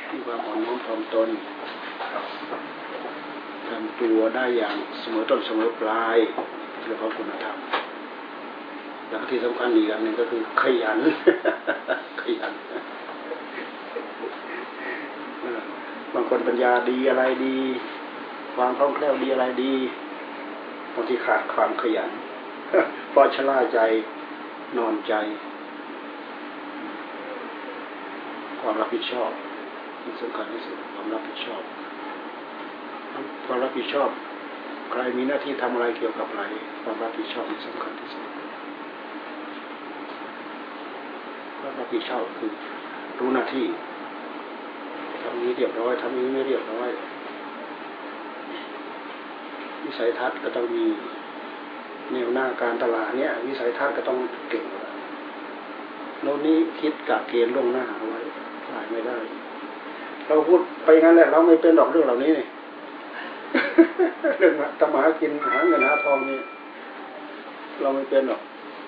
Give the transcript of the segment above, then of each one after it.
มีความอ่อนน้อมถ่อมตนทำตัวได้อย่างเสมอต้นเสมอปลายเรื่องของคุณธรรมแล้วที่สำคัญอีกอย่างหนึ่งก็คือขยันขยันบางคนปัญญาดีอะไรดีความคล่องแคล่วดีอะไรดีบางทีขาดความขยันเพราะชะล่าใจนอนใจความรับผิดชอบที่สำคัญที่สุดความรับผิดชอบความรับผิดชอบใครมีหน้าที่ทำอะไรเกี่ยวกับอะไรความรับผิดชอบสำคัญที่สุดความรับผิดชอบคือรู้หน้าที่ทำนี้เรียบร้อยทำนี้ไม่เรียบร้อยวิสัยทัศน์ก็ต้องมีแนวหน้าการตลาดเนี่ยวิสัยทัศน์ก็ต้องเก่งโน่นนี้คิดกะเกณฑ์ล่วงหน้าเอาไว้ถ่ายไม่ได้เราพูดไปงั้นแหละเราไม่เป็นดอกเรื่องเหล่านี้นี่ เรื่องทำมาหากินหาเงินหาทองนี่เราไม่เป็นหรอก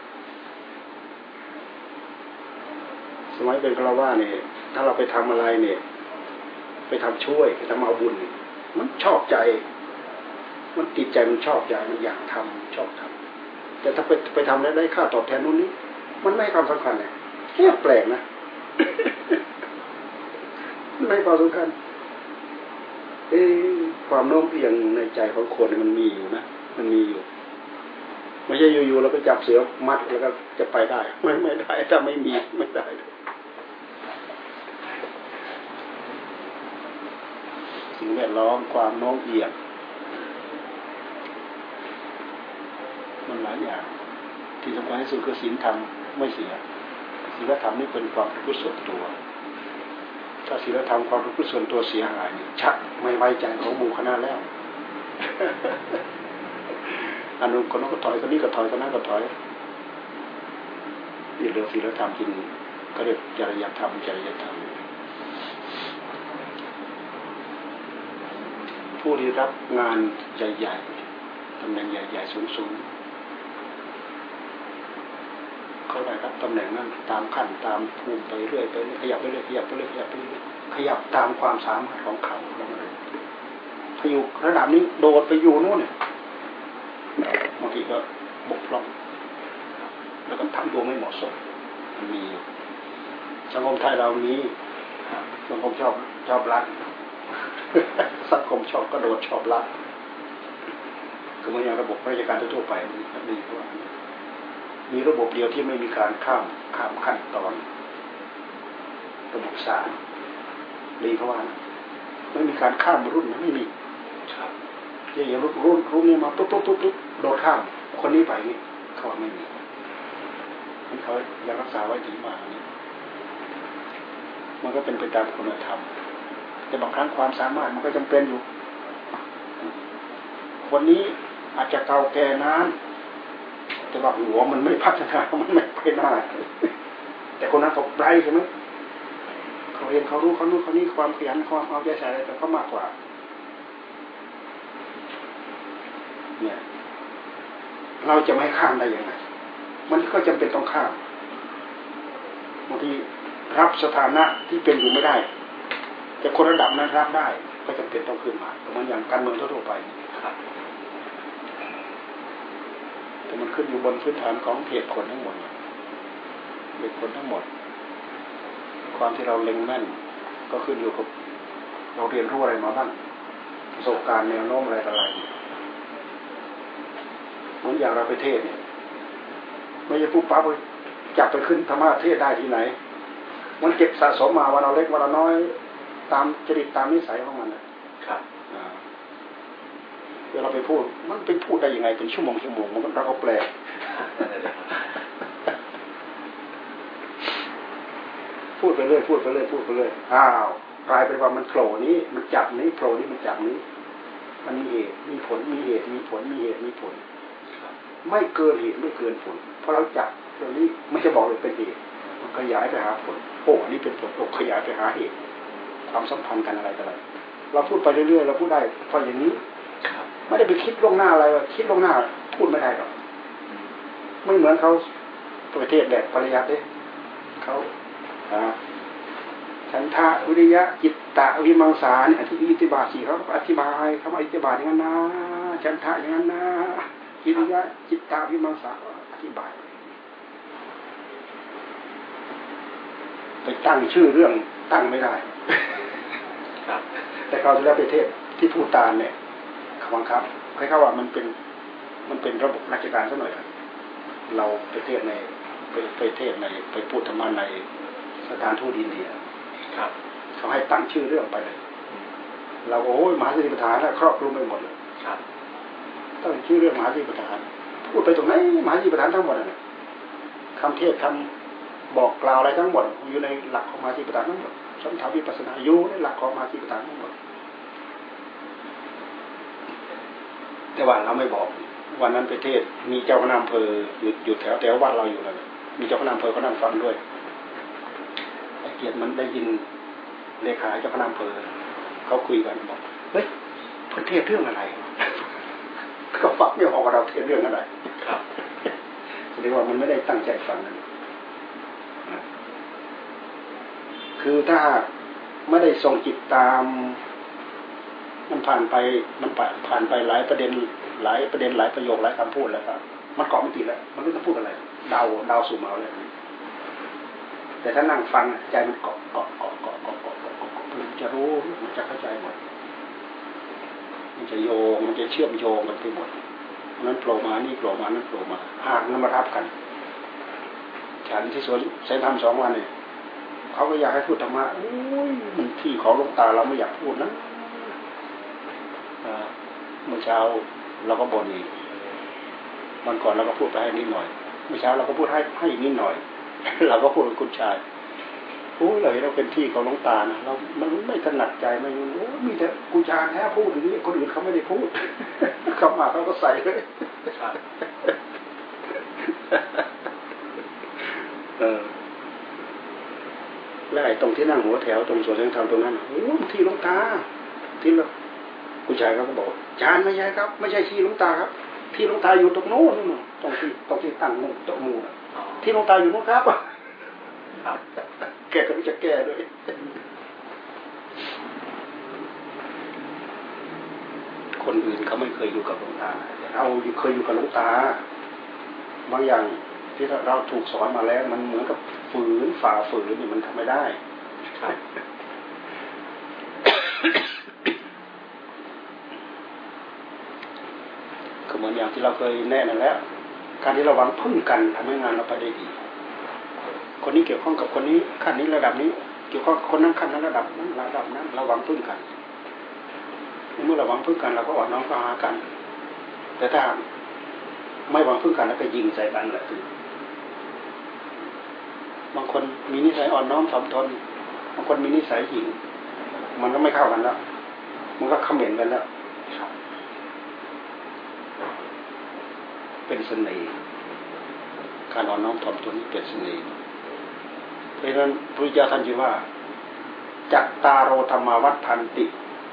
สมัยเป็นฆราวาสเนี่ยถ้าเราไปทำอะไรเนี่ยไปทำช่วยไปทำเอาบุญมันชอบใจมันติดใจมันชอบใจมันอยากทำชอบทำแต่ถ้าไปทำแล้วได้ค่าตอบแทนนู่นนี้มันไม่ให้ความสำคัญเลยแค่แปลกนะ ไม่ให้ความสำคัญความโน้มเอียงในใจของคนมันมีอยู่นะมันมีอยู่ไม่ใช่อยู่ๆแล้วก็จับเสือมัดแล้วก็จะไปได้ไม่ได้ถ้าไม่มีไม่ได้สิ่งแวดล้อมความโน้มเอียงมันหลายอย่างที่สำคัญที่สุดคือศีลธรรมไม่เสียศีลธรรมนี่เป็นความประพฤติส่วนตัวถ้าศีลธรรมความประพฤติส่วนตัวเสียหายชักไม่ไว้ใจของหมู่คณะแล้วอันนู้นคนนั้นก็ถอยคนนี้ก็ถอยคนนั้นก็ถอยนี่เรื่องศีลธรรมจริงก็เรียกจริยธรรมจริยธรรมผู้ที่รับงานใหญ่ๆตำแหน่งใหญ่ๆสูงๆเขาได้รับตำแหน่งนั้นตามขั้นตามภูมิไปเรื่อยไปขยับไปเรื่อยขยับไปเรื่อยขยับไปเรื่อยขยับตามความสามารถของเขาถ้าอยู่ระดับนี้โดดไปอยู่โน่นเนี่ยบางทีก็บกพร่องแล้วก็ทำตัวไม่เหมาะสมมันมีสังคมไทยเรานี้สังคมชอบรักสังคมชอบกระโดดชอบรักคือมันอย่างระบบราชการทั่วไปมีเพราะว่ามีระบบเดียวที่ไม่มีการข้ามขั้นตอนระบบศาลดีเพราะว่าไม่มีการข้ามรุ่นไม่มีอย่างรุ่นนี้มาปุ๊บโดดข้ามคนนี้ไปนี่เขาไม่มีเขายังรักษาไว้ถึงมานี่มันก็เป็นไปตามคุณธรรมแต่บางครั้งความสามารถมันก็จำเป็นอยู่คนนี้อาจจะเก่าแก่นานแต่ว่าหัวมันไม่พัฒนามันไม่ไปหน้าแต่คนนั้นเขาไร้ใช่ไหมเขาเรียนเขารู้เขานู่นเขานี่ความขยันความเอาใจใส่อะไรแต่เขามากกว่าเนี่ยเราจะไม่ข้ามได้ยังไงมันก็จำเป็นต้องข้ามบางทีรับสถานะที่เป็นอยู่ไม่ได้แต่คนระดับนั้นรับได้ก็จำเป็นต้องขึ้นมาเพราะมันอย่างการเมืองทั่วไปแต่มันขึ้นอยู่บนพื้นฐานของเหตุผลทั้งหมดเหตุผลทั้งหมดความที่เราเล็งแม่นก็ขึ้นอยู่กับเราเรียนรู้อะไรมาบ้างประสบการณ์แนวโน้มอะไรต่ออะไรเหมือนอย่างเราไปเทศเนี่ยไม่ใช่ผู้ปั๊บจับไปขึ้นธรรมะเทศได้ที่ไหนมันเก็บสะสมมาวันเราเล็กวันเราน้อยตามจริตตามนิสัยของมันนะครับเวลาไปพูดมันไปพูดได้ยังไงเป็นชั่วโมงมันเราก็แปลพูดไปเรื่อยอ้าวกลายเป็นว่ามันโผล่นี้มันจับนี้โผล่นี้มันจับนี้มันมีเหตุมีผลมีเหตุมีผลมีเหตุมีผลไม่เกินเหตุไม่เกินผลเพราะเราจับตรงนี้ไม่จะบอกเลยเป็นเหตุมันขยายไปหาผลโอ้นี่เป็นผลโอ้ขยายไปหาเหตุความสัมพันธ์กันอะไรต่ออะไรเราพูดไปเรื่อยๆเราพูดได้เพราะอย่างนี้ไม่ได้ไปคิดล่วงหน้าอะไรคิดล่วงหน้าพูดไม่ได้หรอกไม่เหมือนเขาประเทศแบบปริยัติเขาฉันทะวิริยะจิตตะวิมังสาเนี่ยอิทธิบาทสี่เขาอธิบายคำอิทธิบาทอย่างนั้นนะฉันทะอย่างนั้นนะวิริยะจิตตะวิมังสาอธิบายไปตั้งชื่อเรื่องตั้งไม่ได้แต่เขาจะแล้วไปเทศที่ภูฏานเนี่ยคำบังคับใครเขาว่ามันเป็นระบบราชการซะหน่อยเราไปเทศในไปพูดธรรมะในสถานทูตอินเดียเขาให้ตั้งชื่อเรื่องไปเลยเราโอ้ยมหาสติปัฏฐานแล้วครอบคลุมไปหมดเลยตั้งชื่อเรื่องมหาสติปัฏฐานพูดไปตรงไหนมหาสติปัฏฐานทั้งหมดเลยคำเทศคำบอกกล่าวอะไรทั้งหมดอยู่ในหลักของมหาสติปัฏฐานทั้งหมดสัมถาวิปัสสนาอยู่ในหลักของมหาสติปัฏฐานทั้งหมดแต่ว่าเราไม่บอกวันนั้นไปเทศมีเจ้าคณะอำเภออยู่แถวบ้านเราอยู่เลยมีเจ้าคณะอำเภอเขานั่งฟังด้วยไอ้เกียรติมันได้ยินเลขาเจ้าคณะอำเภอเขาคุยกันบอกเฮ้ยเทศเรื่องอะไรก็ฟังไม่ออกว่าเราเทศเรื่องอะไรแสดงว่ามันไม่ได้ตั้งใจฟังนั่นคือถ้าไม่ได้ส่งจิตตามมันผ่านไปหลายประเด็นหลายประโยคหลายคำพูดแล้วครับมันเกาะไม่ติดแล้วมันไม่ต้องพูดอะไรเดาสู่เมาเลยแต่ถ้านั่งฟังใจมันเกาะมันจะรู้มันจะเข้าใจหมดมันจะโยงมันจะเชื่อมโยงกันไปหมดนั้นโผล่มานี่โผล่มานั่นโผล่มาหากนำมาทับกันฉันที่สวนใช้ทำ2 วันเนี่ยเขาก็อยากให้พูดธรรมะโอ้ยมันที่ของหลวงตาเราไม่อยากพูดนะเมื่อเช้าเราก็บ่นอีกวันก่อนเราก็พูดไปให้นิดหน่อยเมื่อเช้าเราก็พูดให้นิดหน่อยเราก็พูดกับคุณชายโอ้เราเห็นเราเป็นที่ของหลวงตานะเรามันไม่ถนัดใจไม่โอ้มีแต่คุณชายแท้พูดอย่างนี้คนอื่นเขาไม่ได้พูดเขามาเขาก็ใส่เลยแล้วไอ้ตรงที่นั่งหัวแถวตรงสวนแสงธรรมตรงนั้นโอ้ที่หลวงตาที่เราคุณชายเขาก็บอกจานไม่ใช่ครับไม่ใช่ที่หลวงตาครับที่หลวงตาอยู่ตรงโน้นตรงที่ตั้งมุกโต๊ะมูที่หลวงตาอยู่โน้นครับแกก็ไม่จะแก้ด้วยคนอื่นเขาไม่เคยอยู่กับหลวงตาเราเคยอยู่กับหลวงตาบางอย่างที่เราถูกสอนมาแล้วมันเหมือนกับฝ่าฝืนนี่มันทำไม่ได้ก็เหมือนอย่างที่เราเคยแนะนั่นแล้วการที่เราหวังพึ่งกันทำให้งานเราไปได้ดีคนนี้เกี่ยวข้องกับคนนี้ขั้นนี้ระดับนี้เกี่ยวข้องคนนั้นขั้นนั้นระดับนั้นเราหวังพึ่งกันเมื่อเราหวังพึ่งกันเราก็อ่อนน้อมเข้าหากันแต่ถ้าไม่หวังพึ่งกันแล้วก็ยิงใส่กันแหละบางคนมีนิสัยอ่อนน้อมถ่อมตนบางคนมีนิสัยหยิ่งมันก็ไม่เข้ากันแล้วมันก็เขม่นกันแล้วเป็นเสน่ห์การอ่อนน้อมถ่อมตนนี้เป็นเสน่ห์เพราะฉะนั้นพระพุทธเจ้าท่านจึงว่าจัตตารโอธรรมาวัฏฏันติ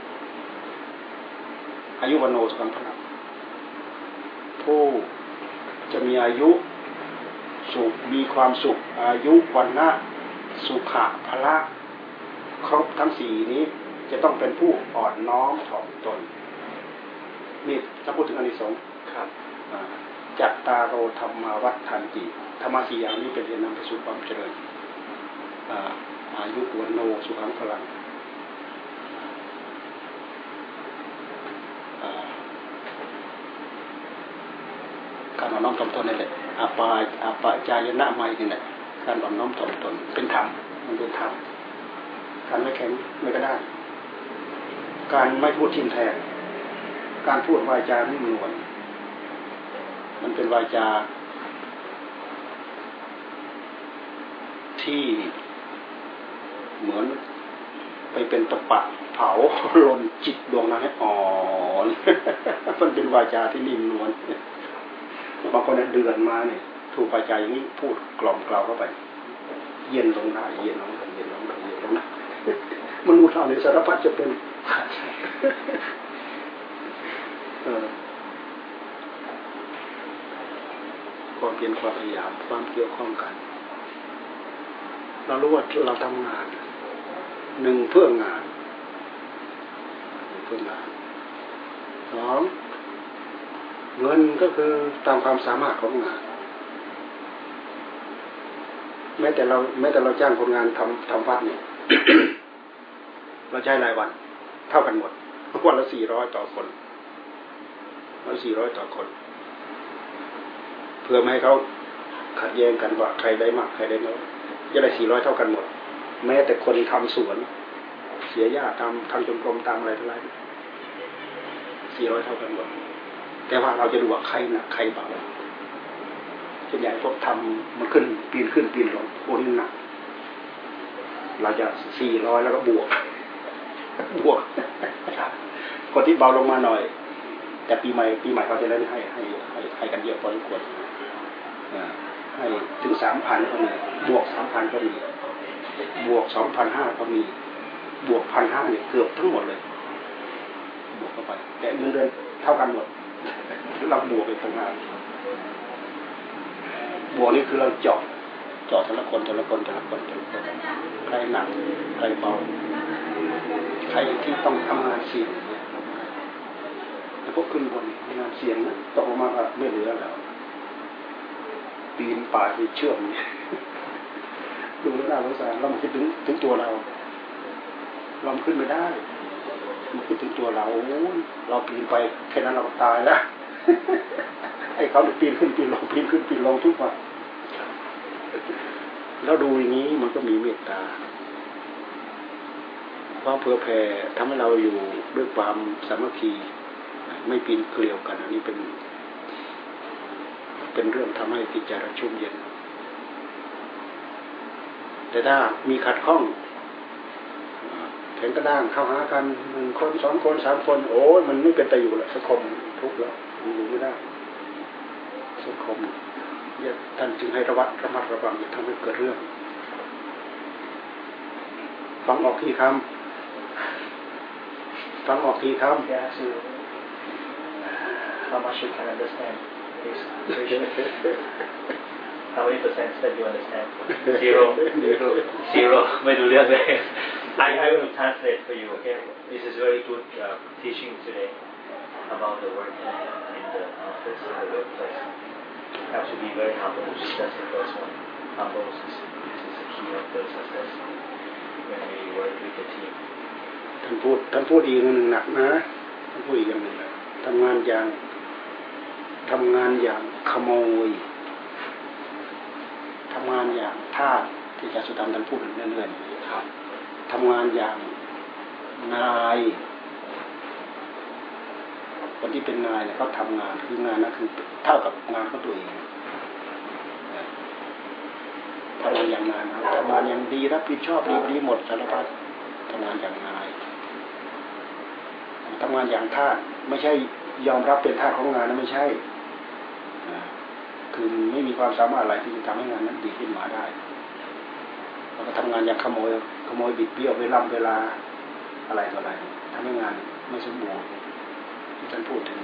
อายุวโนสุขังพลังผู้จะมีอายุสุขมีความสุขอายุวันนะสุขะพละครบทั้ง4นี้จะต้องเป็นผู้อ่อนน้อมถ่อมตนนี่ถ้าพูดถึงอานิสงส์จัตตารโอธรรมาวัฏฏันติธรรมะ4อย่างนี้เป็นเหตุนำไปสู่ความเจริญอายุวันโนสุขังพลังการอ่อนน้อมถ่อมตนนี่แหละอาปาจายนะไมนี่แหละการอ่อนน้อมถ่อมตนเป็นธรรมมันเป็นธรรมการไม่แข็งไม่กระด้างการไม่พูดทิ่มแทงการพูดวาจานิ่มนวลมันเป็นวาจาที่เหมือนไปเป็นตะปะเผาลนจิตดวงนั้นให้อ่อนมันเป็นวาจาที่นิ่มนวลบางคนเดือดมาเนี่ยถูกวาจาอย่างนี้พูดกล่อมกล่าวเข้าไปเย็นลงได้เย็นลงนะมันมุทาในสารพัดจะเป็นความเพียรความพยายามความเกี่ยวข้องกันเรารู้ว่าเราทำงานหนึ่งเพื่องานเพื่องานสองเงินก็คือตามความสามารถของงานแม้แต่เราจ้างคนงานทำวัดเนี่ย เราใช้รายวันเท่ากันหมดวันละ400ต่อคนวันละ400ต่อคนเพื่อไม่ให้เขาขัดแย้งกันว่าใครได้มากใครได้น้อยจะได้400เท่ากันหมดแม้แต่คนทำสวนเสียหญ้าทำจงกรมตามอะไรทั้งหลาย400เท่ากันหมดแต่ว่าเราจะดูว่าใครหนักใครเบาส่วนใหญ่พวกทำมันขึ้นปีนลงโอ้นี่หนักเราจะ400แล้วก็บวกคนที่เบาลงมาหน่อยแต่ปีใหม่เขาจะเล่นให้กันเยอะพอสมควรให้ถึง 3,000 ก็มีบวก 3,000 ก็มีบวก 2,500 ก็มีบวก 1,500 เนี่ยเกือบทั้งหมดเลยบวกเข้าไปแต่เงินเดือนเท่ากันหมดเราบวกไปต่างหากบวกนี่คือเราเจาะแต่ละคนใครหนักใครเบาใครที่ต้องทำงานเสี่ยงเนี่ยแล้วพวกขึ้นบนงานเสี่ยงนะตกลงมาก็ไม่เหลือแล้วปีนป่ายไปเชื่อมดูแล้วน่าสงสารเราไม่คิดถึงตัวเราขึ้นไม่ได้มันคิดถึงตัวเราปีนไปแค่นั้นเราตายแล้วไอ้เขาปีนขึ้นปีนลงทุกวันแล้วดูอย่างนี้มันก็มีเมตตาความเผื่อแผ่ทำให้เราอยู่ด้วยความสามัคคีไม่ปีนเกลียวกันอันนี้เป็นเรื่องทำให้จิตใจเราชุ่มเย็นแต่ถ้ามีขัดข้องแข็งกระด้างเข้าหากัน1 คน 2 คน 3 คนโอ้ยมันไม่เป็นไปอยู่แล้วสังคมทุกข์แล้วอยู่ไม่ได้สังคมท่านจึงให้ระมัดระวังอย่าทำให้เกิดเรื่องฟังออกทีคำ Yeah, so how much you can understand this situation? How many percent that you understand? Zero. ไม่รู้เรื่องเลย I will translate for you. Okay, this is very good teaching today about the work in the office and the workplace. Have to be very humble. That's the first one. Humble is the key of the success when we work with the team. ท่านพูดอีกอย่างหนึ่งหนักนะท่านพูดอีกอย่างหนึ่งนะทำงานอย่างขโมยทำงานอย่างทาสที่อาจารย์สุธรรมท่านพูดเรื่อยๆทำงานอย่างนายคนที่เป็นนายเนี่ยเขาทำงานคืองานนั้นคือเท่ากับงานของตัวเองทำงานอย่างนายทำงานอย่างดีรับผิดชอบดีหมดสารพัดทำงานอย่างนายทำงานอย่างทาสไม่ใช่ยอมรับเป็นทาสของงานนะไม่ใช่คือไม่มีความสามารถอะไรที่จะทำให้งานนั้นดีขึ้นมาได้แล้วก็ทำงานอย่างขโมยบิดเบี้ยวเวลาอะไรต่ออะไรทำให้งานไม่สมบูรณ์ที่ท่านพูดถึง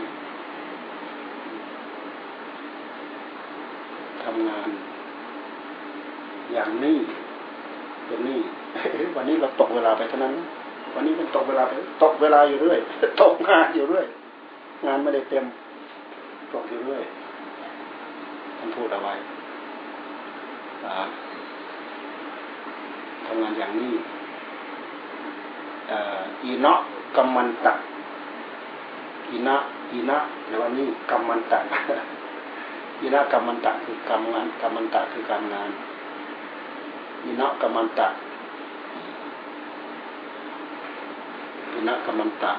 ทำงานอย่างนี้เป็นนี่วันนี้เราตกเวลาไปเท่านั้นวันนี้มันตกเวลาอยู่เรื่อยตกงานอยู่เรื่อยงานไม่ได้เต็มตกอยู่เรื่อยท่านพูดเอาไว้ทำงานอย่างนี้อีเนาะกัมมันตะอีนะแปลว่านี่กัมมันตะอีนะกัมมันตะคือกรรมงานกัมมันตะคือการงานอีนะกัมมันตะอีนะกัมมันตะ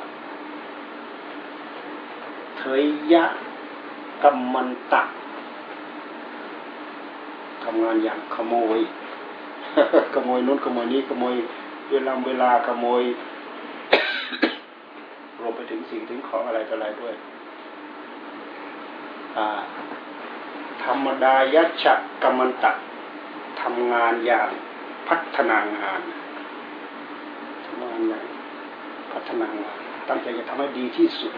เทยะกัมมันตะทำงานอย่างขโมยนู้นขโมยนี้ขโมยเวลาขโมยรวมไปถึงสิ่งถึงของอะไรต่ออะไรด้วยธรรมดายัชชะกัมมันตะทำงานอย่างพัฒนางานทำงานอย่างพัฒนางานตั้งใจจะทำให้ดีที่สุด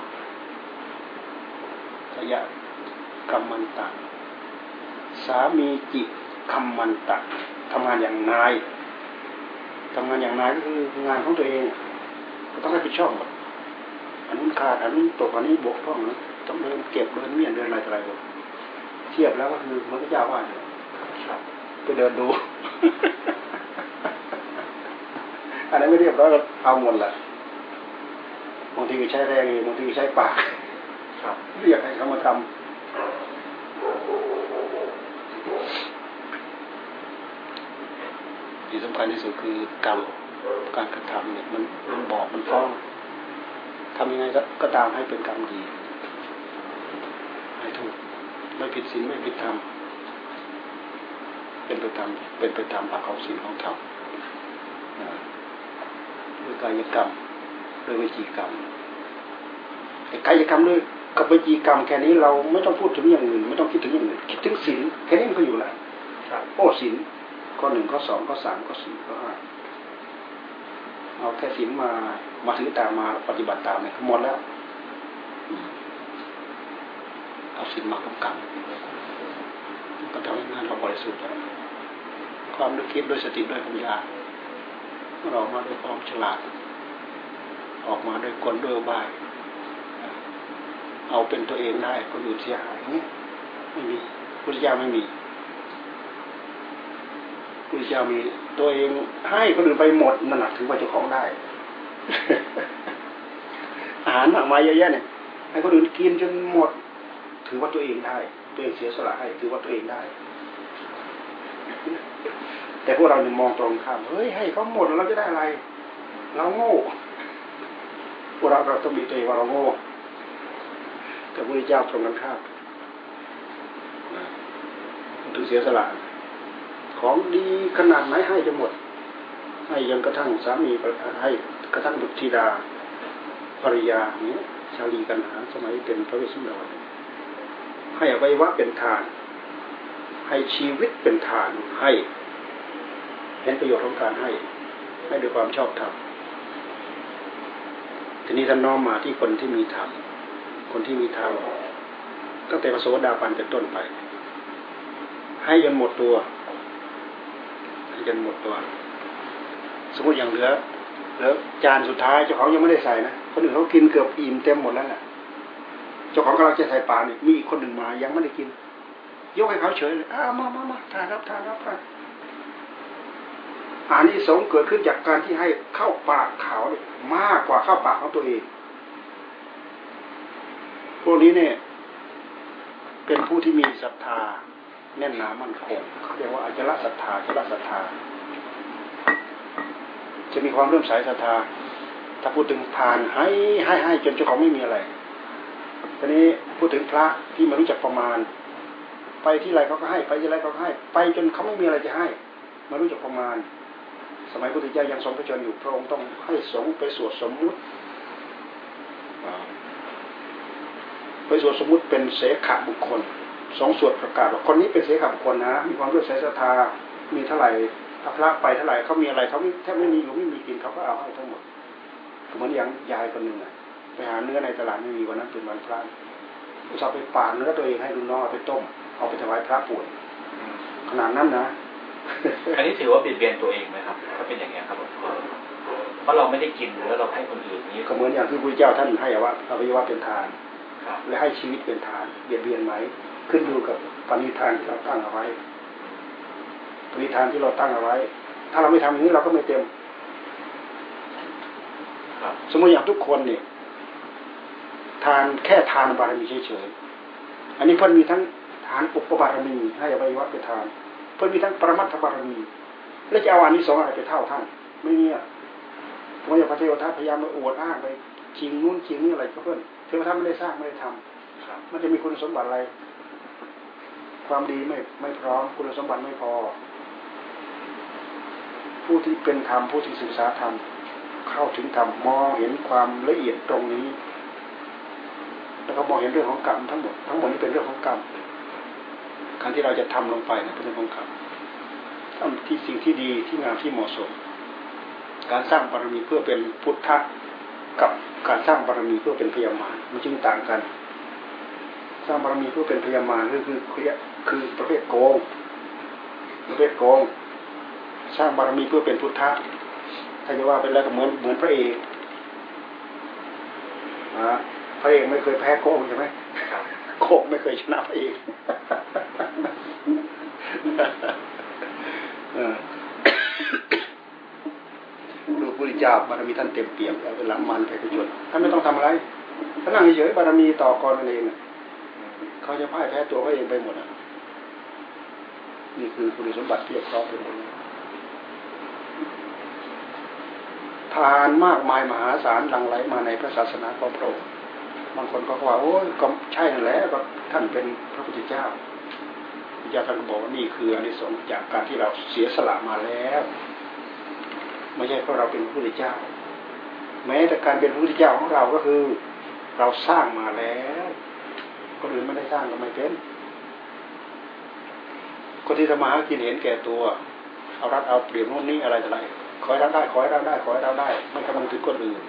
ขยะกัมมันตะสามีจิกัมมันตะทำงานอย่างนายททำงานอย่างนายก็คืองานของตัวเองก็ต้องรับผิดชอบหมดอันนู้นขาดอันนู้นตกอันนี้บกพร่องนะต้องเดินเก็บเดินเมียนเดินอะไรหมดเทียบแล้วก็คือมันก็ยาวว่าเนี่ยไปเดินดู อันนั้นไม่เรียบร้อยก็เอาหมดแหละบางทีก็ใช้แรงบางทีก็ใช้ปากเรียกให้เขามาทำที่สำคัญที่สุดคือกรรมการกระทำเนี่ยมันบอกมันฟ้องทำยังไงก็ตามให้เป็นกรรมดีให้ถูกไม่ผิดศีลไม่ผิดธรรมเป็นไปตามหลักของศีลของธรรมด้วยกายกรรมด้วยวิจีกรรมกายกรรมด้วยกับวิจีกรรมแค่นี้เราไม่ต้องพูดถึงอย่างอื่นไม่ต้องคิดถึงอย่างอื่นคิดถึงศีลแค่นี้มันก็อยู่แล้วโอ้ศีลข้อหนึ่งข้อสองข้อสามข้อสี่ข้อห้าเอาแค่ศีลมาถือตามมาปฏิบัติตามเนี่ยหมดแล้วเอาศีลมากำกับก็ทำให้งานเราบริสุทธิ์แล้วความนึกคิดด้วยสติด้วยปัญญาเรามาด้วยความฉลาดออกมาด้วยกลด้วยอุบายเอาเป็นตัวเองได้คนอื่นเสียหายนี่ไม่มีพุทธเจ้าไม่มีพุทธเจ้ามีตัวเองให้คนอื่นไปหมดนั่นแหละถือว่าเจ้าของได้ อาหารมากมายเยอะแยะเนี่ยให้คนอื่นกินจนหมดถือว่าตัวเองได้ตัวเองเสียสละให้ถือว่าตัวเองได้แต่พวกเราเนี่ยมองตรงข้ามเฮ้ยให้เขาหมดเราจะได้อะไรเราโง่พวกเราต้องมีตัวเองว่าเราโง่แต่พระพุทธเจ้าตรงกันข้ามถึงเสียสละของดีขนาดไหนให้จะหมดให้ยังกระทั่งสามีให้กระทั่งบุตรธิดาภริยาเนี้ยชาลีกันหาสมัยเป็นพระเวสสันดรให้อวัยวะเป็นทานให้ชีวิตเป็นทานให้เห็นประโยชน์ของการให้ด้วยความชอบธรรมทีนี้ท่านน้อมมาที่คนที่มีธรรมคนที่มีธรรมตั้งแต่พระโสดาบันเป็นต้นไปให้จนหมดตัวให้จนหมดตัวสมมติอย่างเหลือจานสุดท้ายเจ้าของยังไม่ได้ใส่นะคนอื่นเขากินเกือบอิ่มเต็มหมดแล้วแหละเจ้าของกำลังจะใส่ปากนี่มีอีกคนหนึ่งมายังไม่ได้กินยกให้เขาเฉยเลยมาทานรับอานิสงส์เกิดขึ้นจากการที่ให้เข้าปากเขาเนี่ยมากกว่าเข้าปากของตัวเองพวกนี้เนี่ยเป็นผู้ที่มีศรัทธาแน่นหนามั่นคงเขาเรียกว่าอจลศรัทธาจะมีความเริ่มใสศรัทธาถ้าพูดถึงทานให้จนเจ้าของไม่มีอะไรทีนี้พูดถึงพระที่ไม่รู้จักประมาณไปที่ไรเขาก็ให้ไปที่ไรเขาก็ให้ไปจนเขาไม่มีอะไรจะให้ไม่รู้จักประมาณสมัยพุทธเจ้ายังทรงพระชนอยู่พระองค์ต้องให้สงฆ์ไปสวดสมมุติเป็นเสขบุคคลสงฆ์สวดประกาศว่าคนนี้เป็นเสขบุคคลนะมีความเลื่อมใสศรัทธามีเท่าไหร่ถ้าพระไปเท่าไหร่เขามีอะไรเขาแทบไม่มีอยู่ไม่มีกินเขาก็เอาให้ทั้งหมดเหมือนอย่างยายคนหนึ่งไปหาเนื้อในตลาดไม่มีวันนั้นเป็นวันพระอุตส่าห์ไปปาดเนื้อตัวเองให้ลูกน้องเอาไปต้มเอาไปถวายพระป่วยขนาดนั้นนะอันนี้ถือว่าเบียดเบียนตัวเองไหมครับถ้าเป็นอย่างนี้ครับเพราะเราไม่ได้กินแล้วเราให้คนอื่นนี้ก็เหมือนอย่างที่พระเจ้าท่านให้อวัยวะเป็นทานและให้ชีวิตเป็นทานเบียดเบียนไหมขึ้นอยู่กับปณิธานที่เราตั้งเอาไว้ปณิธานที่เราตั้งเอาไว้ถ้าเราไม่ทำอย่างนี้เราก็ไม่เต็มสมมติอย่างทุกคนเนี่ยทานแค่ทานบารมีเฉยๆอันนี้เพิ่นมีทั้งทานอุปบารมีให้อวัยวะเป็นทานเพิ่นมีทั้งปรมัตถบารมีแล้วจะเอาอันนี้สองอะไรไปเท่าท่านไม่มีอ่ะพระพระเทวทัตพยายามมาอวดอ้างไปจริงนู้นจริงนี่อะไรก็เพิ่นเทวทัตไม่ได้สร้างไม่ได้ทำมันจะมีคุณสมบัติอะไรความดีไม่พร้อมคุณสมบัติไม่พอผู้ที่เป็นธรรมผู้ที่ศึกษาธรรมเข้าถึงธรรมมองเห็นความละเอียดตรงนี้แล้วก็มองเห็นเรื่องของกรรมทั้งหมดนี้เป็นเรื่องของกรรมการที่เราจะทำลงไปเนี่ยเป็นเรื่องของกรรมทำที่สิ่งที่ดีที่งามที่เหมาะสมการสร้างบารมีเพื่อเป็นพุทธะกับการสร้างบารมีเพื่อเป็นพยามารมันจึงต่างกันสร้างบารมีเพื่อเป็นพยามารคือประเภทโกงสร้างบารมีเพื่อเป็นพุทธะถ้าจะว่าเป็นแล้วก็เหมือนพระเอกพระเอกไม่เคยแพ้โค้งใช่ไหมโค้งไม่เคยชนะพระเอกดูพระพุทธเจ้าบารมีท่านเต็มเปี่ยมเวลามันไปประโยชน์ท่านไม่ต้องทำอะไรท่านนั่งเฉยๆบารมีต่อกรเองเขาจะพ่ายแพ้ตัวเขาเองไปหมดนี่คือคุณสมบัติที่ครอบเป็นทานมากมายมหาศาลหลั่งไหลมาในพระศาสนาของพระองค์บางคนก็ว่าโอ้ยก็ใช่นั่นแหละก็ท่านเป็นพระพุทธเจ้าพระเจ้าท่านบอกว่านี่คืออานิสงส์จากการที่เราเสียสละมาแล้วไม่ใช่เพราะเราเป็นพระพุทธเจ้าแม้แต่การเป็นพระพุทธเจ้าของเราก็คือเราสร้างมาแล้วคนอื่นไม่ได้สร้างก็ไม่เป็นคนที่ทำมาหากินเห็นแก่ตัวเอารัดเอาเปรียบโน่นนี่อะไรต่ออะไรขอให้เราได้ขอให้เราได้ขอให้เราได้ไม่กำลังถึงคนอื่น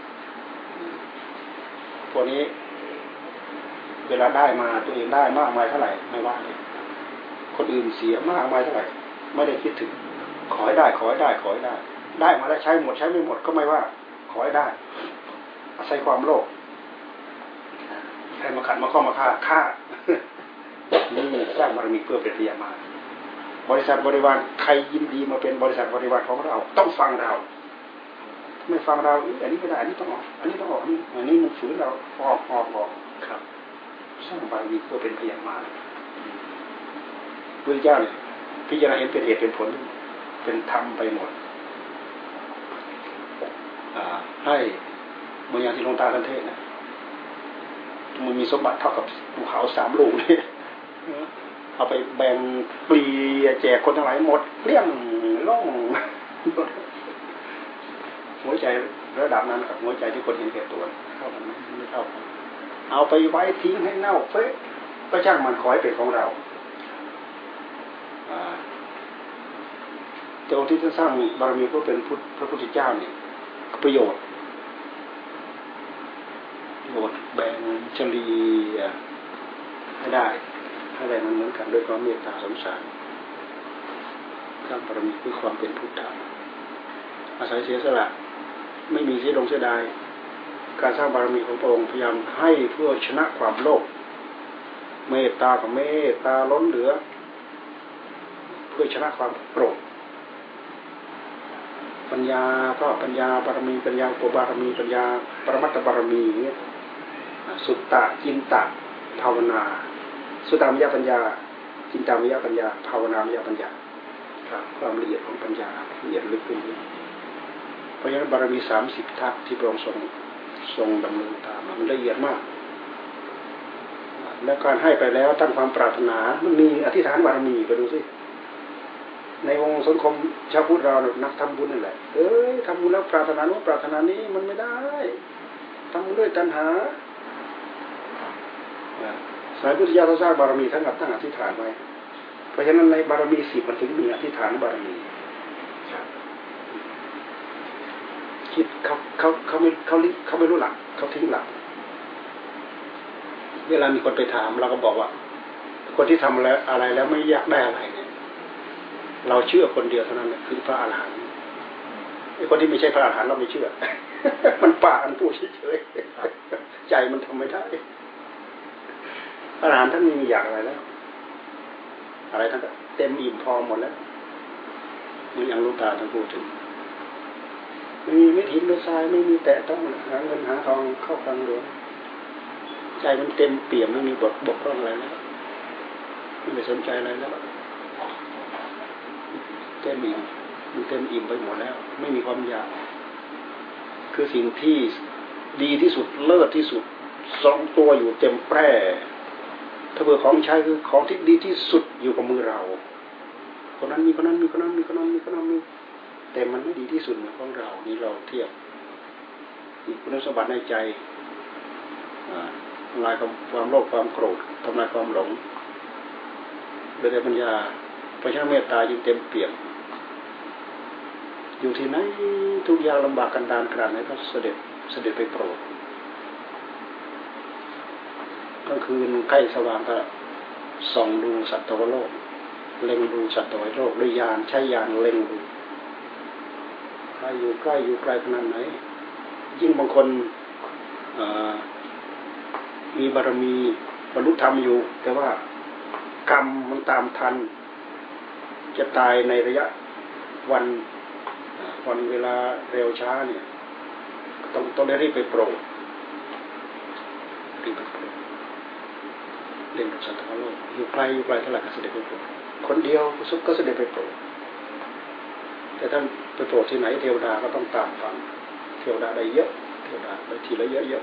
พวกนี้เวลาได้มาตัวเองได้มากมายเท่าไหร่ไม่ว่าเลยคนอื่นเสียมากมายเท่าไหร่ไม่ได้คิดถึงขอให้ได้ขอให้ได้ขอให้ได้ได้มาแล้วใช้หมดใช้ไม่หมดก็ไม่ว่าขอให้ได้อาศัยความโลภใครมาขัดมาข้อมาฆ่านี่สร้างบารมีเพื่อเป็นพยามาบริษัทบริวารใครยินดีมาเป็นบริษัทบริวารของเราต้องฟังเราไม่ฟังเราอันนี้ไม่ได้อันนี้ต้องออกอันนี้ต้องออกอันนี้มันฝืนเราออกครับสร้างบารมีเพื่อเป็นพยามาพระเจ้าเนี่ยพิจารณาเห็นเป็นเหตุเป็นผลเป็นธรรมไปหมดให้เมื่ออย่างที่หลวงตาท่านเทศน์นะมันมีสมบัติเท่ากับภูเขา3 ลูกนี่เอาไปแบ่งปลีแจกคนทั้งหลายหมดเกลี้ยงล่องหัวใจระดับนั้นกับหัวใจที่คนเห็นแก่ตัวเท่ากันไหมไม่เท่ากันเอาไปไว้ทิ้งให้เน่าเฟะก็ช่างมันขอให้เป็นของเราแต่องค์ที่ท่านสร้างบารมีเพื่อเป็นพระพุทธเจ้าเนี่ยประโยชน์แบ่งเฉลี่ยให้ได้มันเหมือนกันด้วยความเมตตาสงสารสร้างบารมีคือความเป็นพุทธะอาศัยเสียสละไม่มีเสียเสียดายการสร้างบารมีของพระองค์พยายามให้เพื่อชนะความโลภเมตตากับเมตตาล้นเหลือเพื่อชนะความโกรธปัญญาก็ปัญญาบารมีปัญญาอุปบารมีปัญญาปรมัตถบารมีอย่างเงี้ยสุตตะจินตะภาวนาสุตตามยปัญญาจินตามยปัญญาภาวนามยปัญญาความละเอียดของปัญญาละเอียดลึกขึ้นเพราะฉะนั้นบารมี30 ทัศที่พระองค์ทรงดำเนินตามมันละเอียดมากและการให้ไปแล้วตั้งความปรารถนามันมีอธิษฐานบารมีไปดูสิในวงสังคมชาวพุทธเรานักทำบุญนั่นแหละทำบุญแล้วปรารถนาโน้นปรารถนานี้มันไม่ได้ทำบุญด้วยตัณหาสายพุทธเจ้าสร้างบารมีทั้งกับตั้งอธิษฐานไว้เพราะฉะนั้นในบารมี10มันถึงมีอธิษฐานบารมีคิดเขาไม่รู้หลักเขาทิ้งหลักเวลามีคนไปถามเราก็บอกว่าคนที่ทำอะไรแล้วไม่อยากได้อะไรเนี่ยเราเชื่อคนเดียวเท่านั้นคือพระอรหันต์ไอ้คนที่ไม่ใช่พระอรหันต์เราไม่เชื่อ มันปากมันพูดเฉยๆใจมันทำไม่ได้พระอรหันต์ท่านไม่มีอยากอะไรแล้วอะไรท่านก็เต็มอิ่มพอหมดแล้วมันยังรู้ตาท่านพูดถึงไม่มีไม่ทิ้งไม่ทรายไม่มีแตะต้องหาเงินหาทองเข้าคลังหลวงใจมันเต็มเปี่ยมไม่มีบกพร่องอะไรแล้วไม่ได้สนใจอะไรแล้วเต็มอิ่มมันเต็มอิ่มไปหมดแล้วไม่มีความอยากคือสิ่งที่ดีที่สุดเลิศที่สุด2 ตัวอยู่เต็มแปร่ถ้าเผื่อของใช้คือของที่ดีที่สุดอยู่กับมือเราคนนั้นมีคนนั้นมีคนนั้นมีคนนั้นมีคนนั้นมีแต่มันไม่ดีที่สุดเหมือนของเรานี่เราเทียบคุณสมบัติในใจทำลายความโลภความโกรธทำลายความหลงโดยปัญญาเพราะฉะนั้นเมตตายิ่งเต็มเปี่ยมอยู่ที่ไหนทุกอย่างลำบากกันดารขนาดไหนก็เสด็จไปโปรดกลางคืนใกล้สว่างก็ส่องดูสัตว์โลกเล็งดูสัตว์โลกด้วยญาณใช้ญาณเล็งดูใครอยู่ใกล้อยู่ไกลขนาดไหนยิ่งบางคนมีบารมีบรรลุธรรมอยู่แต่ว่ากรรมมันตามทันจะตายในระยะวันเวลาเร็วช้าเนี่ยต้องได้รีบไปโปรดเล่นกับสัตว์ทั้งโลกอยู่ไกลเท่าไหร่ก็เสด็จไปโปรดคนเดียวก็เสด็จไปโปรดแต่ท่านไปโปรดที่ไหนเทวดาก็ต้องตามฟังเทวดาได้เยอะเทวดาได้ทีละเยอะ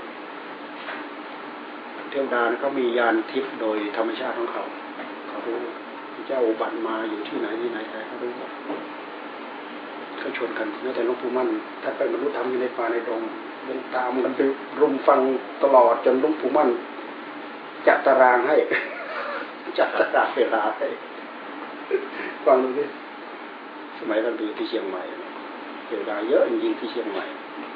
เทวดาเขามีญาณทิพย์โดยธรรมชาติของเขารู้เจ้าอุบัติมาอยู่ที่ไหนใครเขารู้เขาชวนกันแม้แต่หลวงปู่มั่นถ้าไปบรรลุธรรมอยู่ในป่าในดงยังตามกันไปรุมฟังตลอดจนหลวงปู่มั่นจัดตารางให้จัดตารางเวลาให้ฟังดูดิสมัยท่านอยู่ที่เชียงใหม่เทวดาเยอะจริงๆที่เชียงใหม่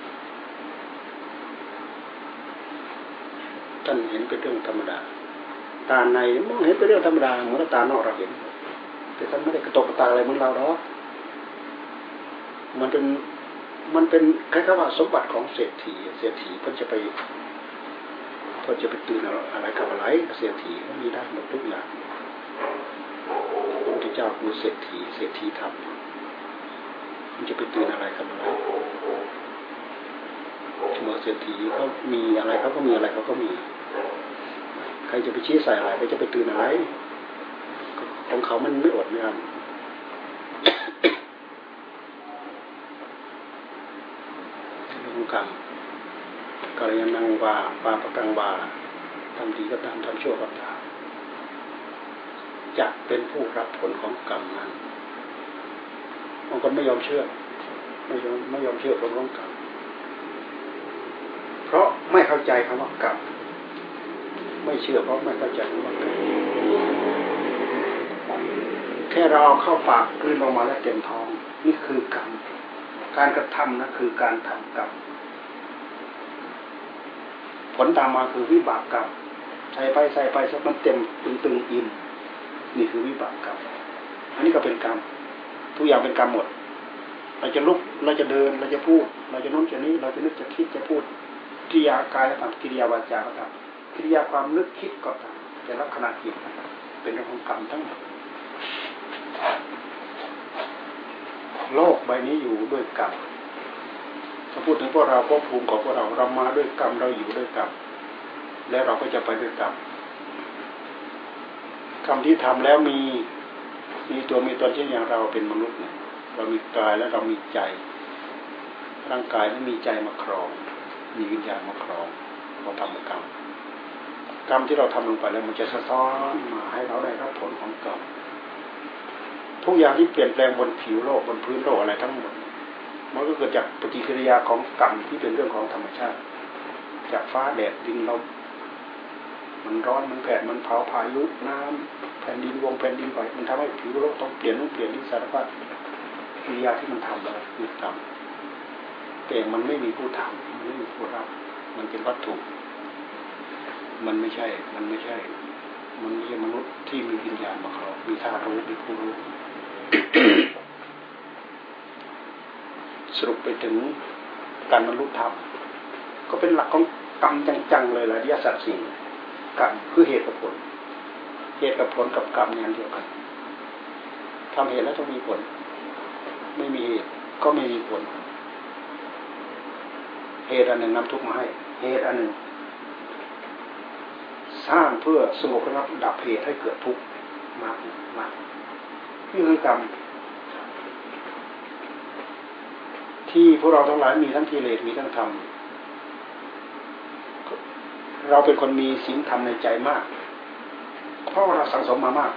ท่านเห็นเป็นเรื่องธรรมดาตาในมองเห็นเป็นเรื่องธรรมดาเหมือนตานอกเราเห็นแต่ท่านไม่ได้กระตกกระตากอะไรเหมือนเราหรอกมันเป็นคล้ายๆว่าสมบัติของเศรษฐีเพิ่นจะไปตื่นอะไรกับอะไรเศรษฐีก็มีได้หมดทุกอย่างพระพุทธเจ้าคือเศรษฐีธรรมมันจะไปตื่นอะไรกับอะไรเมื่อเศรษฐีเขามีอะไรเขาก็มีอะไรเขาก็มีใครจะไปชี้ใส่อะไรใครจะไปตื่นอะไรของเขามันไม่อดไม่อั้นเรื่องกรรมกัลยาณังวาปาปกังวาทำดีก็ตามทำชั่วก็ตามจะเป็นผู้รับผลของกรรมนั้นบางคนไม่ยอมเชื่อไม่ยอมเชื่อผลของกรรมเพราะไม่เข้าใจคำว่ากรรมไม่เชื่อเพราะไม่เข้าใจคำว่ากรรมแค่เราเอาเข้าปากกลืนลงมาแล้วเต็มท้องนี่คือกรรมการกระทำนะคือการทำกรรมผลตามมาคือวิบากกรรมใส่ไปสักมันเต็มตึงอิ่มนี่คือวิบากกรรมอันนี้ก็เป็นกรรมทุกอย่างเป็นกรรมหมดเราจะลุกเราจะเดินเราจะพูดเราจะโน้นจะนี้เราจะนึกจะคิดจะพูดกิริยากายก็ตามกิริยาวาจาก็ตามกิริยาความนึกคิดก็ตามแต่ละขณะจิตเป็นเรื่องของกรรมทั้งหมดโลกใบนี้อยู่ด้วยกรรมถ้าพูดถึงพวกเราภพภูมิของพวกเรามาด้วยกรรมเราอยู่ด้วยกรรมและเราก็จะไปด้วยกรรมกรรมที่ทำแล้วมีตัวมีตนเช่นอย่างเราเป็นมนุษย์เนี่ยเรามีกายและเรามีใจร่างกายและมีใจมาครองมีวิญญาณมาครองเราทำกรรมที่เราทำลงไปแล้วมันจะสะท้อนมาให้เราได้รับผลของกรรมทุกอย่างที่เปลี่ยนแปลงบนผิวโลกบนพื้นโลกอะไรทั้งหมดมันก็เกิดจากปฏิกิริยาของกรรมที่เป็นเรื่องของธรรมชาติจากฟ้าแดดดินลมมันร้อนมันแผดมันเผาพายุน้ำแผ่นดินแผ่นดินไหวมันทำให้ผิวโลกต้องเปลี่ยนนู่นเปลี่ยนนี่สารพัดกิริยาที่มันทำอะไรคือกรรมแต่มันไม่มีผู้ทำมันไม่มีผู้รับมันเป็นวัตถุมันไม่ใช่มนุษย์ที่มีวิญญาณมาครองมีธาตุรู้มีผู้รู้ สรุปไปถึงการบรรลุธรรมก็เป็นหลักของกรรมจังๆเลยอริยสัจสี่กรรมคือเหตุกับผลกับกรรมอย่างเดียวกันทำเหตุแล้วต้องมีผลไม่มีเหตุก็ไม่มีผลเหตุอันหนึ่งนำทุกข์มาให้เหตุอันหนึ่งสร้างเพื่อสงบระงับดับเหตุให้เกิดทุกข์มากนี่คือกรรมที่พวกเราทั้งหลายมีทั้งกิเลสมีทั้งธรรมเราเป็นคนมีศีลธรรมในใจมากเพราะเราสังสมมามาก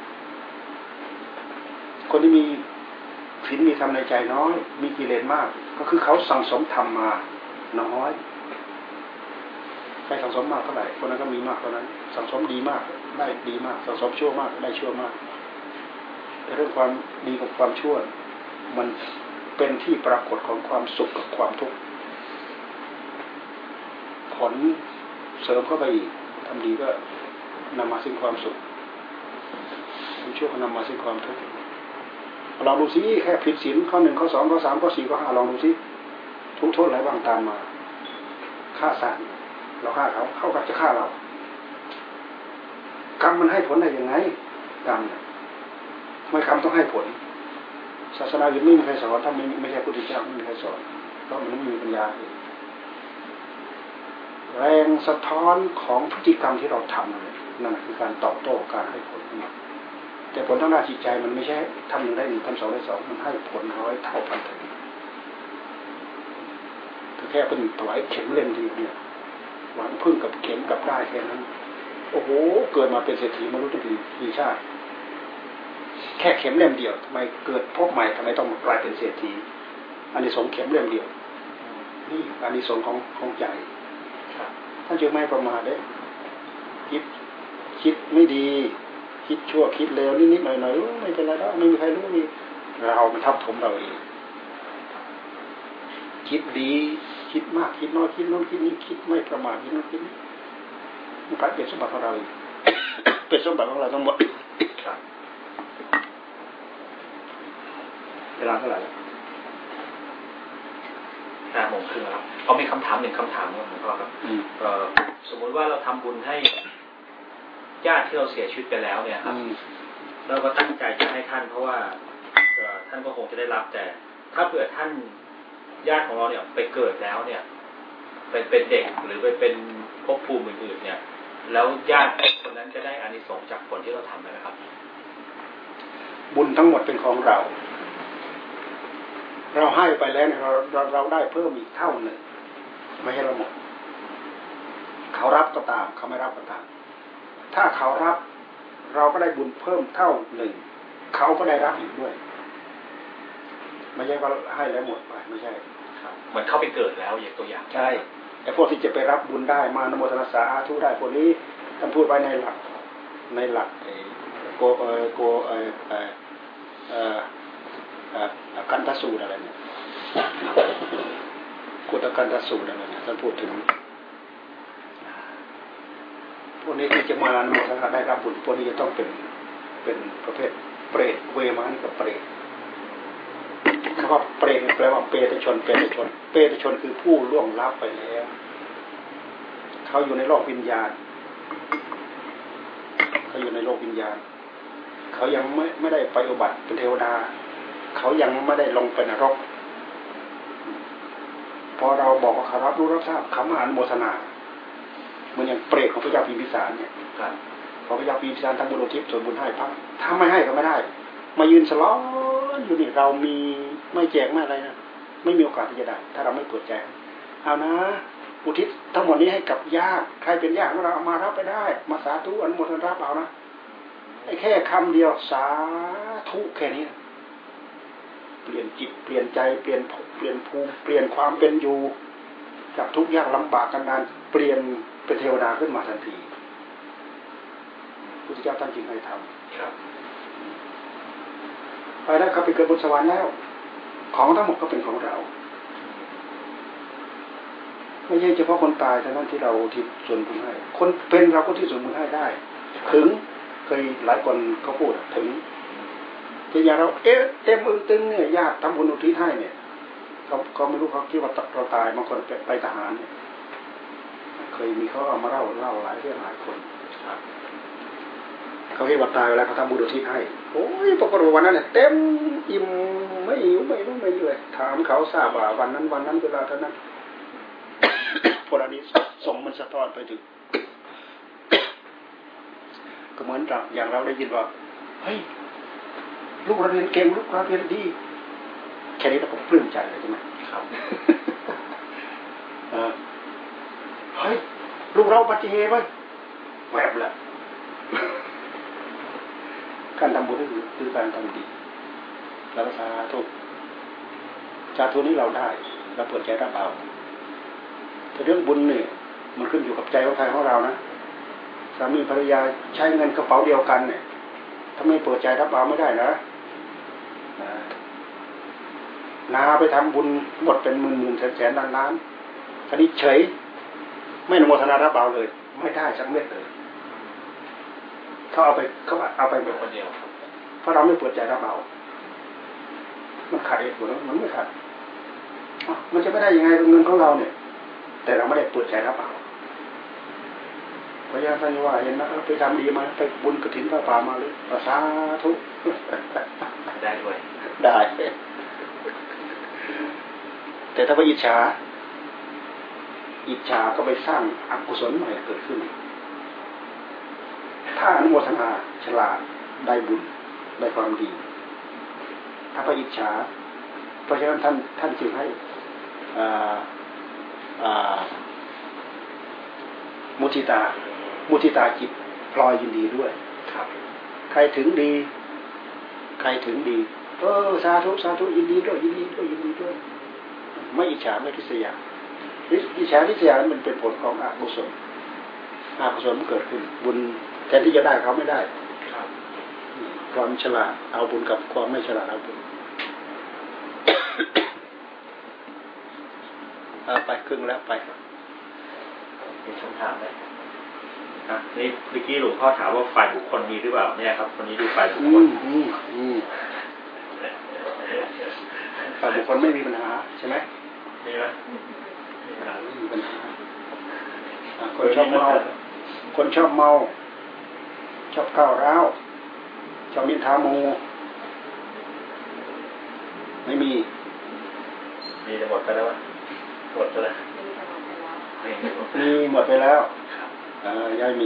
คนที่มีศีลมีธรรมในใจน้อยมีกิเลสมากก็คือเขาสังสมธรรมมาน้อยใครสังสมมากเท่าไหร่คนนั้นก็มีมากเท่านั้นสังสมดีมากได้ดีมากสังสมชั่วมากได้ชั่วมากแต่เรื่องความดีกับความชั่วมันเป็นที่ปรากฏของความสุขกับความทุกข์ผลเสริมเข้าไปอีกทำดีก็นำมาซึ่งความสุขทำชั่วก็นำมาซึ่งความทุกข์ลองดูซิแค่ผิดศีลข้อ 1 ข้อ 2 ข้อ 3 ข้อ 4 ข้อ 5ลองดูซิทุกโทษอะไรบ้างตามมาฆ่าสัตว์เราฆ่าเขาก็จะฆ่าเรากรรมมันให้ผลได้ยังไงกรรมทำไมกรรมต้องให้ผลศาสนาอื่นไม่มีใครสอนถ้าไม่ใช่พุทธเจ้าไม่มีใครสอนเพราะมันไม่มีปัญญาแรงสะท้อนของพฤติกรรมที่เราทำนั่นคือการตอบโต้การให้ผลแต่ผลทางด้านจิตใจมันไม่ใช่ทำ 1 ได้ 1 ทำ 2 ได้ 2มันให้ผล100 เท่าพันเท่าแค่เป็นถวายเข็มเล่มเดียวเนี่ยหวังพึ่งกับเข็มกับได้แค่นั้นโอ้โหเกิดมาเป็นเศรษฐีมารู้ตั้งกี่ชาติแค่เข็มเล่มเดียวทำไมเกิดพบใหม่ทำไมต้องกลายเป็นเศรษฐีอานิสงส์เข็มเล่มเดียวนี่อานิสงส์ของใจท่านจึงไม่ประมาทเด้คิดไม่ดีคิดชั่วคิดเลวนิดๆหน่อยๆไม่เป็นไรแล้วไม่มีใครรู้นี่เรามันทับถมเราเองคิดดีคิดมากคิดน้อยคิดโน้นคิดนี้คิดไม่ประมาทคิดโน้นคิดนี้มันกลายเป็นสมบัติของเราเป็นสมบัติของเราทั้งหมดเวลาเท่าไหร่ 5 โมงครึ่งแล้วเขามีคำถาม1 คำถามครับหลวงพ่อครับสมมุติว่าเราทำบุญให้ญาติที่เราเสียชีวิตไปแล้วเนี่ยครับเราก็ตั้งใจจะให้ท่านเพราะว่าท่านก็คงจะได้รับแต่ถ้าเผื่อท่านญาติของเราเนี่ยไปเกิดแล้วเนี่ยไปเป็นเด็กหรือไปเป็นภพภูมิอื่นๆเนี่ยแล้วญาติคนนั้นจะได้อานิสงส์จากผลที่เราทำไหมครับบุญทั้งหมดเป็นของเราให้ไปแล้วเนี่ยเราได้เพิ่มอีกเท่าหนึ่งไม่ให้เราหมดเขารับก็ตามเขาไม่รับก็ตามถ้าเขารับเราก็ได้บุญเพิ่มเท่าหนึ่งเขาก็ได้รับอีกด้วยไม่ใช่ว่าให้แล้วหมดไปไม่ใช่เหมือนเข้าไปเกิดแล้วอย่างตัวอย่างใช่ไอ้พวกที่จะไปรับบุญได้มานโมทนาสาธุได้พวกนี้ท่านพูดไว้ในหลักกันทสูตรอะไรเนี่ยกุตกันทสูตรอะไรเนี่ยท่านพูดถึงพวกนี้ที่จะมานโมทนาได้รับบุญพวกนี้จะต้องเป็นประเภทเปรตเวมานิกับเปรตคำว่าเปรตแปลว่าเปรตชนเปรตชนคือผู้ล่วงลับไปแล้วเขาอยู่ในโลกวิญญาณเขายังไม่ได้ไปอุบัติเป็นเทวดาเขายังไม่ได้ลงไปนรกพอเราบอกว่าเขารับรู้รับทราบเขามาอนุโมทนาเหมือนอย่างเปรตของพระเจ้าพิมพิสารเนี่ยพอพระเจ้าพิมพิสารทำบุญอุทิศส่วนบุญให้พักถ้าไม่ให้ก็ไม่ได้มายืนสล้อนอยู่นี่เรามีไม่แจกไม่อะไรนะไม่มีโอกาสที่จะได้ถ้าเราไม่เปิดใจเอานะอุทิศทั้งหมดนี้ให้กับญาติใครเป็นญาติของเราเอามารับไปได้มาสาธุอนุโมทนารับเอานะไอ้แค่คำเดียวสาธุแค่นี้เปลี่ยนจิตเปลี่ยนใจเปลี่ยนภูมิเปลี่ยนความเป็นอยู่จากทุกข์ยากลำบากกันดานเปลี่ยนเป็นเทวดาขึ้นมาทันทีพุทธเจ้าท่านจึงให้ทำไปแล้วเขาไปเกิดบนสวรรค์แล้วของทั้งหมดก็เป็นของเราไม่ใช่เฉพาะคนตายเท่านั้นที่เราที่ส่วนบุญให้คนเป็นเราก็ที่ส่วนบุญให้ได้ถึงเคยหลายคนเขาพูดถึงอย่างเราเต็มตึงเนี่ยญาติทำบุญอุทิศให้เนี่ยเขาไม่รู้เขาคิดว่าเราตายบางคนไปทหารเนี่ยเคยมีเขาเอามาเล่าหลายเรื่องหลายคนเขาคิดว่าตายแล้วเขาทำบุญอุทิศให้โอ้ยปรากฏว่าวันนั้นเนี่ยเต็มอิ่มไม่หิวไม่รู้ไม่เลยถามเขาทราบว่าวันนั้นเวลาเท่านั้นพวกนี้ส่งมันสะท้อนไปถึงก็เหมือนอย่างเราได้ยินว่าเฮ้ยลูกเราเรียนเก่งลูกเราเรียนดีแค่นี้เราก็ปลื้มใจเลยใช่ไหมครับเฮ้ยลูกเราอุบัติเหตุไว้แวบละการทำบุญคือการทำดีแล้วสาธุนี้เราได้เราเปิดใจรับเอาแต่เรื่องบุญเนี่ยมันขึ้นอยู่กับใจของใครของเรานะสามีภรรยาใช้เงินกระเป๋าเดียวกันเนี่ยถ้าไม่เปิดใจรับเอาไม่ได้นะนาไปทำบุญหมดเป็นหมื่นแสนล้านคดีเฉยไม่อนุโมทนารับเอาเลยไม่ได้สักเม็ดเลยเขาเอาไปหมดคนเดียวเพราะเราไม่เปิดใจรับเอามันขาดเหตุผลมันไม่ขาดมันจะไม่ได้ยังไงเป็นเงินของเราเนี่ยแต่เราไม่ได้เปิดใจรับเอาพระยาท่านว่าเห็นนะไปทำดีมาไปบุญกฐินพระป่ามาเลยประสาทุกได้ด้วยได้แต่ถ้าไปอิจฉาก็ไปสร้างอกุศลใหม่เกิดขึ้นถ้าอนุโมทนาฉลาดได้บุญได้ความดีถ้าไปอิจฉาเพราะฉะนั้นท่านจึงให้มุทิตาจิตพลอยยินดีด้วยครับใครถึงดีสาธุยินดีด้วยไม่อิจฉาไม่ริษยาอิจฉาริษยามันเป็นผลของอกุศลมันเกิดขึ้นบุญแทนที่จะได้เขาไม่ได้ครับความฉลาดเอาบุญกับความไม่ฉลาดเอาบุญไปครึ่งแล้วไปมีคำถามไหมนี่เมื่อกี้หลวงพ่อถามว่าฝ่ายบุคคลมีหรือเปล่าเนี่ยครับคนนี้ดูฝ่ายบุคคลฝ่ายบุคคลไม่มีปัญหาใช่ไหมมีไหมมีปัญหาคนชอบเมาชอบก้าวร้าวชอบนินทาโมไม่มีจะหมดไปแล้วหมดไปแล้วมีหมดไปแล้วย้ายมี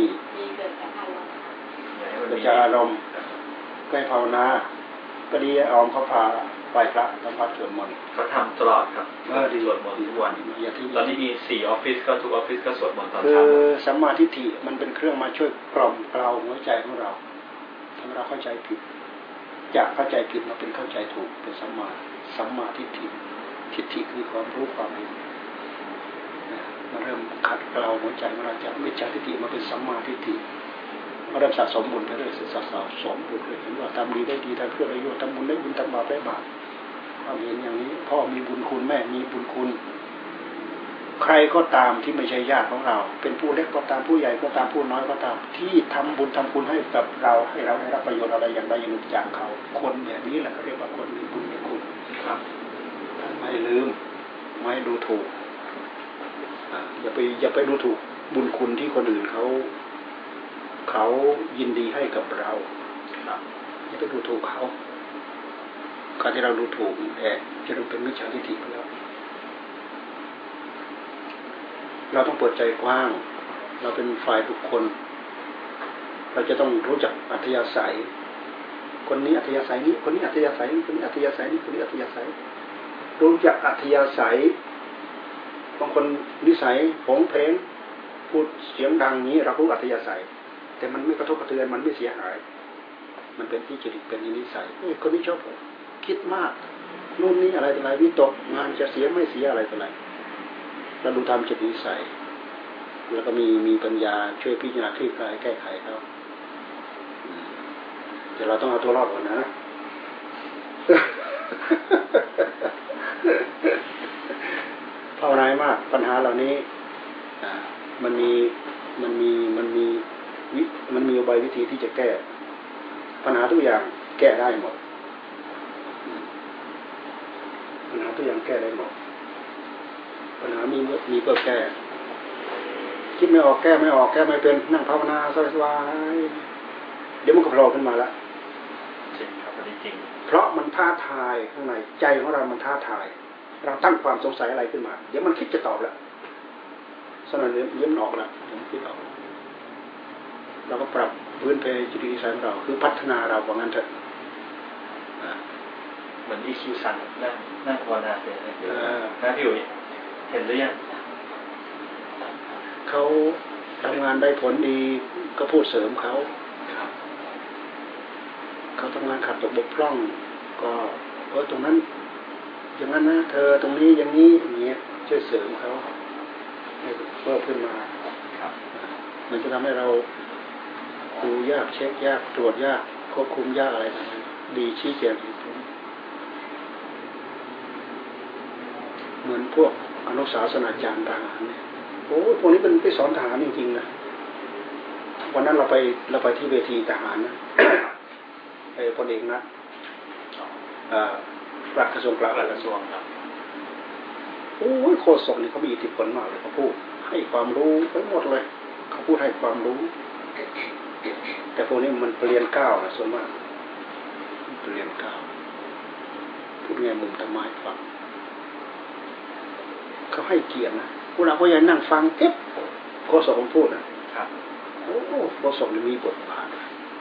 เกิดจากอารมณ์ใกล้ภาวนาก็ดีออมเขาพาไปพระทำพัดสวดมนต์เขาทำตลอดครับสวดมนต์ทุกวันตอนนี้มี4 ออฟฟิศก็ทุกออฟฟิศก็สวดมนต์ตอนเช้าคือสัมมาทิฏฐิมันเป็นเครื่องมาช่วยกล่อมเกลาหัวใจของเราทำให้เราเข้าใจผิดจากเข้าใจผิดมาเป็นเข้าใจถูกเป็นสัมมาทิฏฐิคือความรู้ความเห็นมาเริ่มขัดเกลาหัวใจของเราจากมิจฉาทิฏฐิมาเป็นสัมมาทิฏฐิมาเริ่มสะสมบุญไปเรื่อยสะสมบุญเลยเห็นว่าทำดีได้ดีทำเพื่อประโยชน์ทำบุญได้บุญทำบาปได้บาปความเห็นอย่างนี้พ่อมีบุญคุณแม่มีบุญคุณใครก็ตามที่ไม่ใช่ญาติของเราเป็นผู้เล็กก็ตามผู้ใหญ่ก็ตามผู้น้อยก็ตามที่ทำบุญทำคุณให้กับเราให้เราได้รับประโยชน์อะไรอย่างใดอย่างหนึ่งจากเขาคนอย่างนี้แหละเขาเรียกว่าคนมีบุญมีคุณครับไม่ลืมไม่ดูถูกอย่าไปดูถูกบุญคุณที่คนอื่นเขายินดีให้กับเราอย่าไปดูถูกเขาการที่เราดูถูกจะต้องเป็นมิจฉาทิฏฐิไปแล้วเราต้องเปิดใจกว้างเราเป็นฝ่ายบุคคลเราจะต้องรู้จักอัธยาศัยคนนี้อัธยาศัยนี้คนนี้อัธยาศัยนี้คนนี้อัธยาศัยนี้คนนี้อัธยาศัยรู้จักอัธยาศัยบางคนนิสัยผงเพลงพูดเสียงดังนี้เรารู้อัธยาศัยแต่มันไม่กระทบกระเทือนมันไม่เสียหายมันเป็นที่จริตเป็นนิสัยคนนี้ชอบคิดมากนู่นนี่อะไรต่ออะไรวิตกงานจะเสียไม่เสียอะไรต่ออะไรเราดูทำจิตนิสัยแล้วก็มีปัญญาช่วยพิจารณาคลี่คลายแก้ไขเขาแต่เราต้องเอาตัวรอดก่อนนะภาวนาให้มากปัญหาเหล่านี้มันมีอุบายวิธีที่จะแก้ปัญหาทุกอย่างแก้ได้หมดปัญหาทุกอย่างแก้ได้หมดปัญหามีเพื่อแก้คิดไม่ออกแก้ไม่ออกแก้ไม่เป็นนั่งภาวนาสบายๆเดี๋ยวมันก็โผล่ขึ้นมาแล้วจริงครับจริงเพราะมันท้าทายข้างในใจของเรามันท้าทายเราตั้งความสงสัยอะไรขึ้นมาเดี๋ยวมันคิดจะตอบแล้วสนั่นเดี๋ยวมันออกแล้วเดี๋ยวมันคิดออกเราก็ปรับพื้นเพจิตวิสัยของเราคือพัฒนาเราว่างั้นเถอะเหมือนEQสั่งนั่งภาวนาเป็นอะไรนะพี่อุ๋ยเห็นหรือยังเขาทำงานได้ผลดีก็พูดเสริมเขาทำงานขัดตกบกพร่องก็ตรงนั้นอย่างนั้นนะเธอตรงนี้อย่างนี้อย่างเงี้ยช่วยเสริมเขาให้เพิ่มขึ้นมามันจะทำให้เราดูยากเช็คยากตรวจยากควบคุมยากอะไรต่างๆดีชี้แจงเหมือนพวกอนุสาสนาจารย์ทหารเนี่ยโอ้พวกนี้เป็นไปสอนทหารจริงๆนะวันนั้นเราไปที่เวทีทหารนะไอ้พลเอกนะปลัดกระทรวงกลาโหมกระทรวงครับโอ้ยโฆษกนี่เขามีอิทธิพลมากเลยเขาพูดให้ความรู้ไปหมดเลยเขาพูดให้ความรู้แต่พวกนี้มันเรียนก้าวนะส่วนมากเรียนก้าวพูดไงมุมทำไมฟังเขาให้เกียรตินะพวกเราก็ยังนั่งฟังเอ๊ะโฆษกมันพูดนะครับโอ้โฆษกนี่มีบทบาท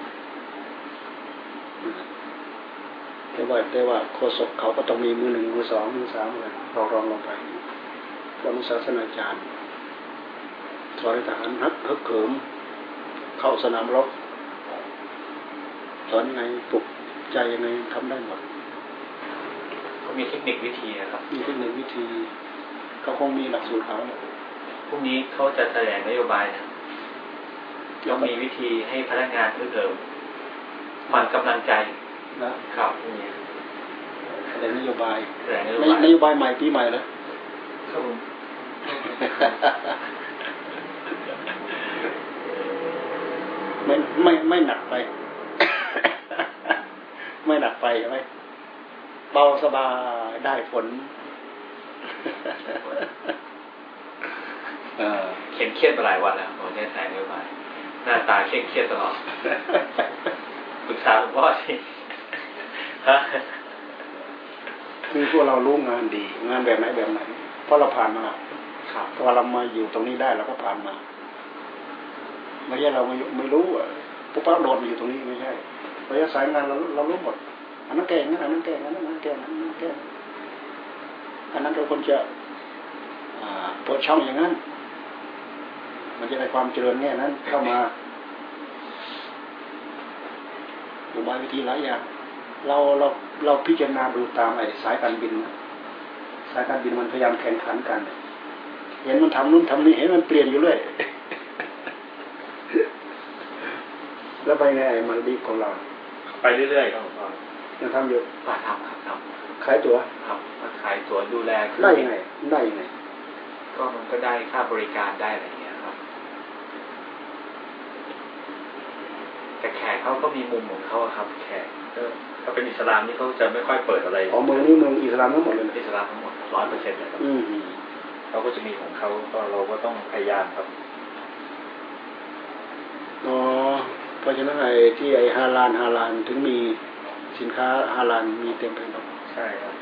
แต่ว่าโฆษกเขาก็ต้องมีมือหนึ่งมือสองมือสามอะไรรองลงไปพวกศาสนาจารย์สอนทหารฮักเขิมเข้าสนามรบสอนยังไงปลุกใจยังไงทำได้หมดเขามีเทคนิควิธีนะครับมีเทคนิควิธีเขาคงมีหลักสูตรเขาพรุ่งนี้เขาจะแถลงนโยบายเขามีวิธีให้พนักงานเพิ่มขวัญกำลังใจนะครับพรุ่งนี้แถลงนโยบายนโยบายใหม่ปีใหม่แล้วครับผมไม่หนักไป ไม่หนักไปใช่ไหมเบาสบายได้ผลเข็นเครียดมาหลายวันแล้วผมเนี่ยแถลงนโยบายหน้าตาเครียดตลอดปรึกษาหลวงพ่อสิคือพวกเรารู้งานดีงานแบบไหนเพราะเราผ่านมาพอเรามาอยู่ตรงนี้ได้เราก็ผ่านมาไม่ใช่เราไม่รู้อ่ะปุ๊บปั๊บโดดมาอยู่ตรงนี้ไม่ใช่ระยะสายงานเรารู้หมดอันนั้นแก่งั้นอันนั้นแก่งั้นอันนั้นแก่อันนั้นแก่อันนั้นเราควรจะเปิดช่องอย่างนั้นมันจะได้ความเจริญแง่นั้นเข้ามาอุบายวิธีหลายอย่างเราพิจารณาดูตามไอ้สายการบินมันพยายามแข่งขันกันเห็นมันทำนู่นทำนี่เห็นมันเปลี่ยนอยู่เรื่อยแล้วไปไงมันดีของเราไปเรื่อยๆครับผมยังทำอยู่ครับขายตั๋วครับขายตั๋วดูแลได้ยังไงก็มันก็ได้ค่าบริการได้อะไรอย่างเงี้ยครับแต่แขกเขาก็มีมุมของเขาครับแขกถ้าเป็นอิสลามนี่เขาจะไม่ค่อยเปิดอะไรเมืองนี้เมืองอิสลามทั้งหมดเลยอิสลามทั้งหมด 100% เลยครับเขาก็จะมีของเขาก็เราก็ต้องพยายามครับเพราะฉะนั้นไอ้ที่ไอ้ฮาลาลถึงมีสินค้าฮาลาลมีเต็มไปหมดใช่ครับ